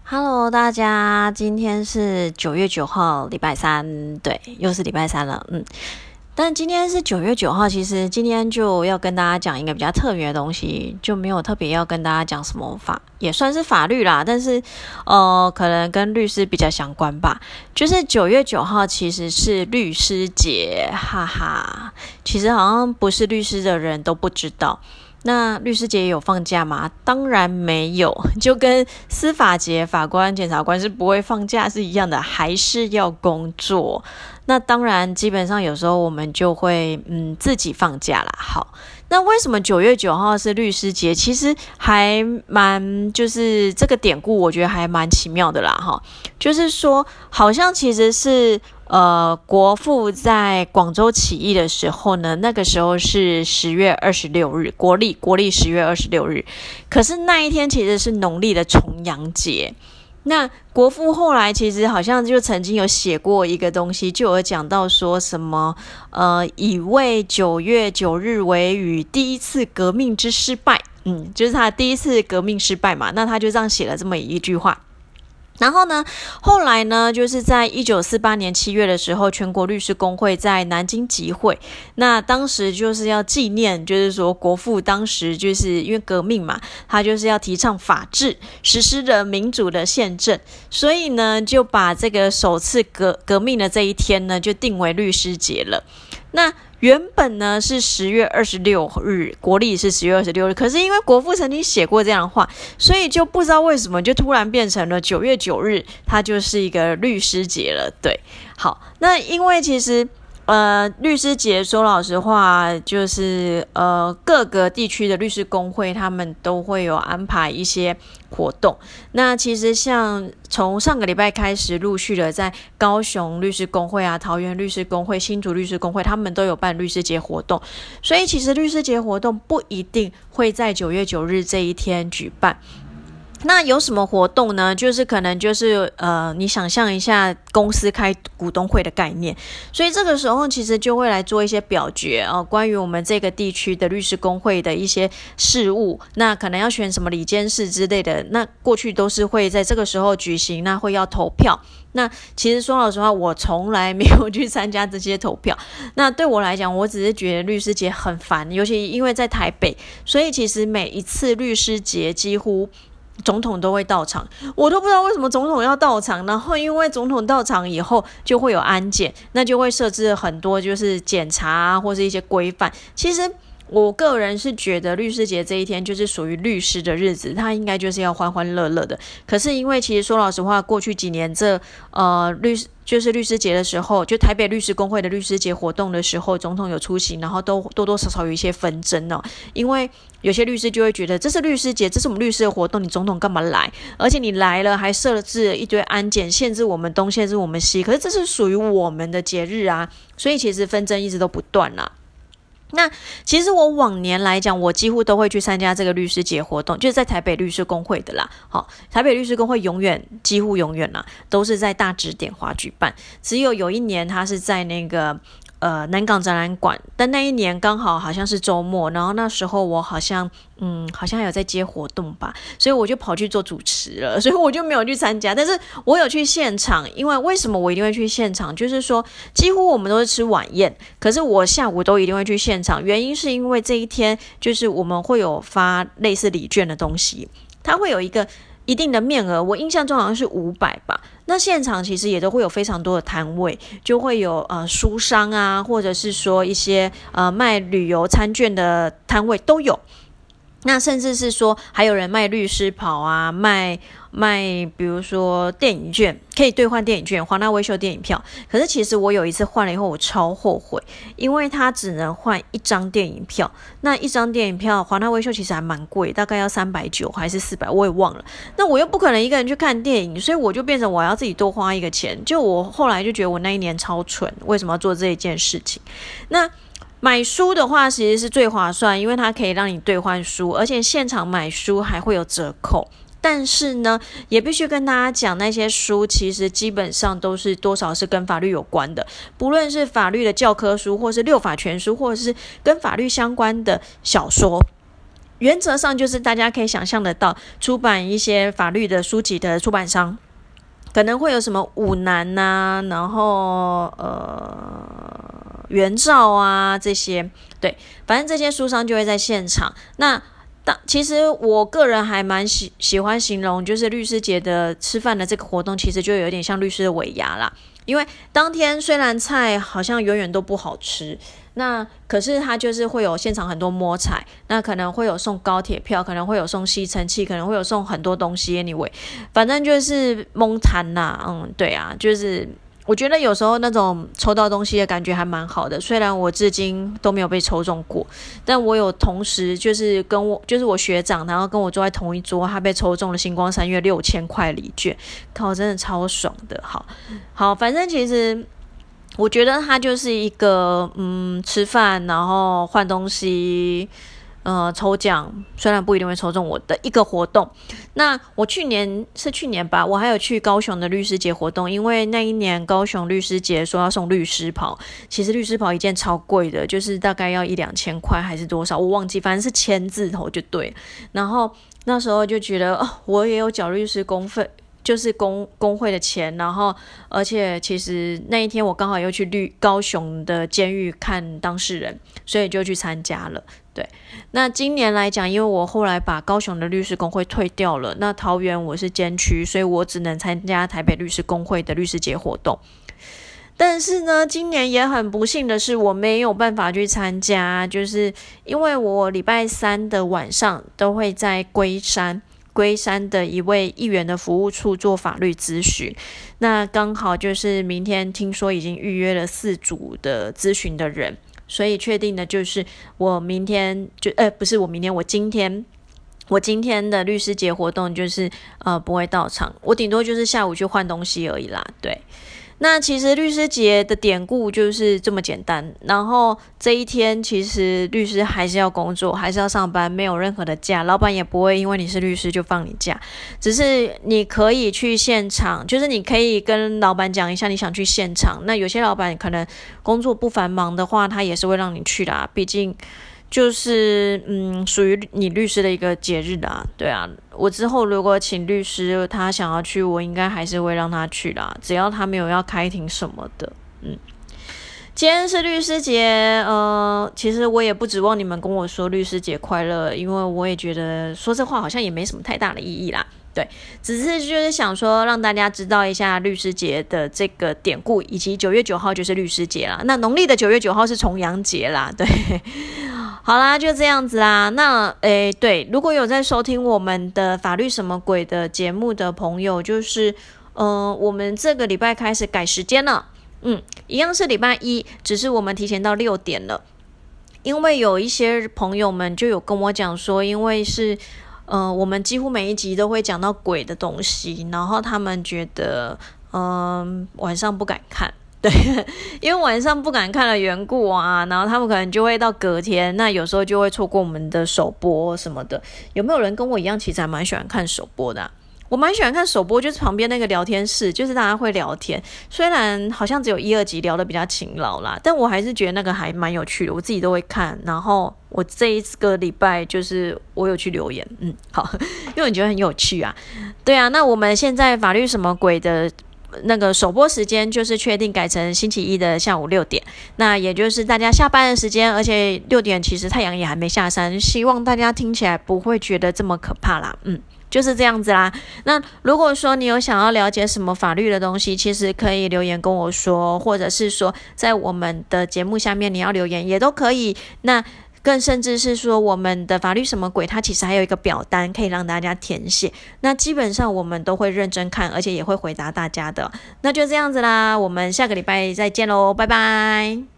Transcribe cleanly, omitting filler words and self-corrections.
Hello，大家，今天是9月9号，礼拜三，对，又是礼拜三了，但今天是9月9号，其实今天就要跟大家讲一个比较特别的东西，就没有特别要跟大家讲什么也算是法律啦，但是可能跟律师比较相关吧。就是9月9号其实是律师节，哈哈，其实好像不是律师的人都不知道。那律师节有放假吗？当然没有，就跟司法节法官、检察官是不会放假是一样的，还是要工作。那当然，基本上有时候我们就会自己放假啦。好，那为什么9月9号是律师节？其实还蛮就是这个典故，我觉得还蛮奇妙的啦。哈，就是说好像其实是国父在广州起义的时候呢，那个时候是10月26日，国历10月26日，可是那一天其实是农历的重阳节。那国父后来其实好像就曾经有写过一个东西，就有讲到说什么以为9月9日为与第一次革命之失败，就是他第一次革命失败嘛，那他就这样写了这么一句话。然后呢，后来呢，就是在1948年7月的时候，全国律师公会在南京集会。那当时就是要纪念，就是说国父当时就是因为革命嘛，他就是要提倡法治，实施了民主的宪政，所以呢，就把这个首次革命的这一天呢，就定为律师节了。那原本呢是10月26日，国历是10月26日，可是因为国父曾经写过这样的话，所以就不知道为什么就突然变成了9月9日，它就是一个律师节了。对，好，那因为其实律师节说老实话，就是各个地区的律师公会他们都会有安排一些活动。那其实像从上个礼拜开始，陆续的在高雄律师公会啊、桃园律师公会、新竹律师公会，他们都有办律师节活动。所以其实律师节活动不一定会在9月9日这一天举办。那有什么活动呢？就是可能就是你想象一下公司开股东会的概念，所以这个时候其实就会来做一些表决关于我们这个地区的律师公会的一些事务，那可能要选什么理监事之类的，那过去都是会在这个时候举行，那会要投票。那其实说老实话，我从来没有去参加这些投票。那对我来讲，我只是觉得律师节很烦，尤其因为在台北，所以其实每一次律师节几乎总统都会到场，我都不知道为什么总统要到场。然后因为总统到场以后就会有安检，那就会设置很多就是检查或是一些规范。其实我个人是觉得律师节这一天就是属于律师的日子，他应该就是要欢欢乐乐的。可是因为其实说老实话，过去几年律师节的时候，就台北律师公会的律师节活动的时候，总统有出席，然后都多多少少有一些纷争因为有些律师就会觉得这是律师节，这是我们律师的活动，你总统干嘛来？而且你来了还设置了一堆安检，限制我们东，限制我们西，可是这是属于我们的节日啊，所以其实纷争一直都不断啦。那其实我往年来讲，我几乎都会去参加这个律师节活动，就是在台北律师公会的啦。好，台北律师公会几乎永远啦，都是在大直点华举办。只有一年，它是在那个南港展览馆，但那一年刚好像是周末，然后那时候我好像还有在接活动吧，所以我就跑去做主持了，所以我就没有去参加。但是我有去现场，因为什么我一定会去现场？就是说，几乎我们都是吃晚宴，可是我下午都一定会去现场。原因是因为这一天就是我们会有发类似礼券的东西，它会有一个一定的面额，我印象中好像是500吧。那现场其实也都会有非常多的摊位，就会有书商啊，或者是说一些卖旅游餐券的摊位都有。那甚至是说还有人卖律师袍啊，卖比如说电影券，可以兑换电影券，华纳威秀电影票。可是其实我有一次换了以后我超后悔，因为它只能换一张电影票，那一张电影票华纳威秀其实还蛮贵，大概要390还是400，我也忘了。那我又不可能一个人去看电影，所以我就变成我要自己多花一个钱。就我后来就觉得我那一年超蠢，为什么要做这一件事情？那买书的话其实是最划算，因为它可以让你兑换书，而且现场买书还会有折扣。但是呢，也必须跟大家讲，那些书其实基本上都是多少是跟法律有关的，不论是法律的教科书，或是六法全书，或者是跟法律相关的小说。 原则上就是大家可以想象得到，出版一些法律的书籍的出版商，可能会有什么五南啊，然后元照啊这些，对，反正这些书商就会在现场。那其实我个人还蛮喜欢形容，就是律师节的吃饭的这个活动，其实就有点像律师的尾牙啦。因为当天虽然菜好像永远都不好吃，那可是它就是会有现场很多摸彩，那可能会有送高铁票，可能会有送吸尘器，可能会有送很多东西 anyway， 反正就是蒙谈啦。对啊，就是我觉得有时候那种抽到东西的感觉还蛮好的，虽然我至今都没有被抽中过，但我有同时就是就是我学长，然后跟我坐在同一桌，他被抽中了星光三月6000块礼券，靠，真的超爽的。好，反正其实我觉得它就是一个吃饭然后换东西。抽奖虽然不一定会抽中我的一个活动，那我去年吧，我还有去高雄的律师节活动，因为那一年高雄律师节说要送律师袍，其实律师袍一件超贵的，就是大概要1-2千块还是多少，我忘记，反正是千字头就对。然后那时候就觉得，我也有缴律师公费。就是工会的钱，然后而且其实那一天我刚好又去高雄的监狱看当事人，所以就去参加了。对，那今年来讲，因为我后来把高雄的律师公会退掉了，那桃园我是监区，所以我只能参加台北律师公会的律师节活动。但是呢，今年也很不幸的是，我没有办法去参加，就是因为我礼拜三的晚上都会在龟山的一位议员的服务处做法律咨询，那刚好就是明天听说已经预约了4组的咨询的人，所以确定的就是我今天的律师节活动就是不会到场，我顶多就是下午去换东西而已啦。对，那其实律师节的典故就是这么简单，然后这一天其实律师还是要工作，还是要上班，没有任何的假，老板也不会因为你是律师就放你假，只是你可以去现场，就是你可以跟老板讲一下你想去现场，那有些老板可能工作不繁忙的话，他也是会让你去的，毕竟就是属于你律师的一个节日啦。对啊，我之后如果请律师他想要去，我应该还是会让他去啦，只要他没有要开庭什么的。今天是律师节，其实我也不指望你们跟我说律师节快乐，因为我也觉得说这话好像也没什么太大的意义啦。对，只是就是想说让大家知道一下律师节的这个典故，以及9月9号就是律师节啦。那农历的9月9号是重阳节啦。对，好啦，就这样子啦。那对，如果有在收听我们的法律什么鬼的节目的朋友，就是我们这个礼拜开始改时间了。一样是礼拜一，只是我们提前到6点了。因为有一些朋友们就有跟我讲说，因为是我们几乎每一集都会讲到鬼的东西，然后他们觉得晚上不敢看。对，因为晚上不敢看的缘故啊，然后他们可能就会到隔天，那有时候就会错过我们的首播什么的。有没有人跟我一样其实还蛮喜欢看首播的啊？我蛮喜欢看首播，就是旁边那个聊天室，就是大家会聊天，虽然好像只有1、2集聊得比较勤劳啦，但我还是觉得那个还蛮有趣的，我自己都会看。然后我这一个礼拜就是我有去留言，好，因为我觉得很有趣啊。对啊，那我们现在法律什么鬼的那个首播时间就是确定改成星期一的下午6点，那也就是大家下班的时间，而且6点其实太阳也还没下山，希望大家听起来不会觉得这么可怕啦。就是这样子啦。那如果说你有想要了解什么法律的东西，其实可以留言跟我说，或者是说在我们的节目下面你要留言也都可以。那更甚至是说我们的法律什么鬼，它其实还有一个表单可以让大家填写，那基本上我们都会认真看，而且也会回答大家的。那就这样子啦，我们下个礼拜再见咯，拜拜。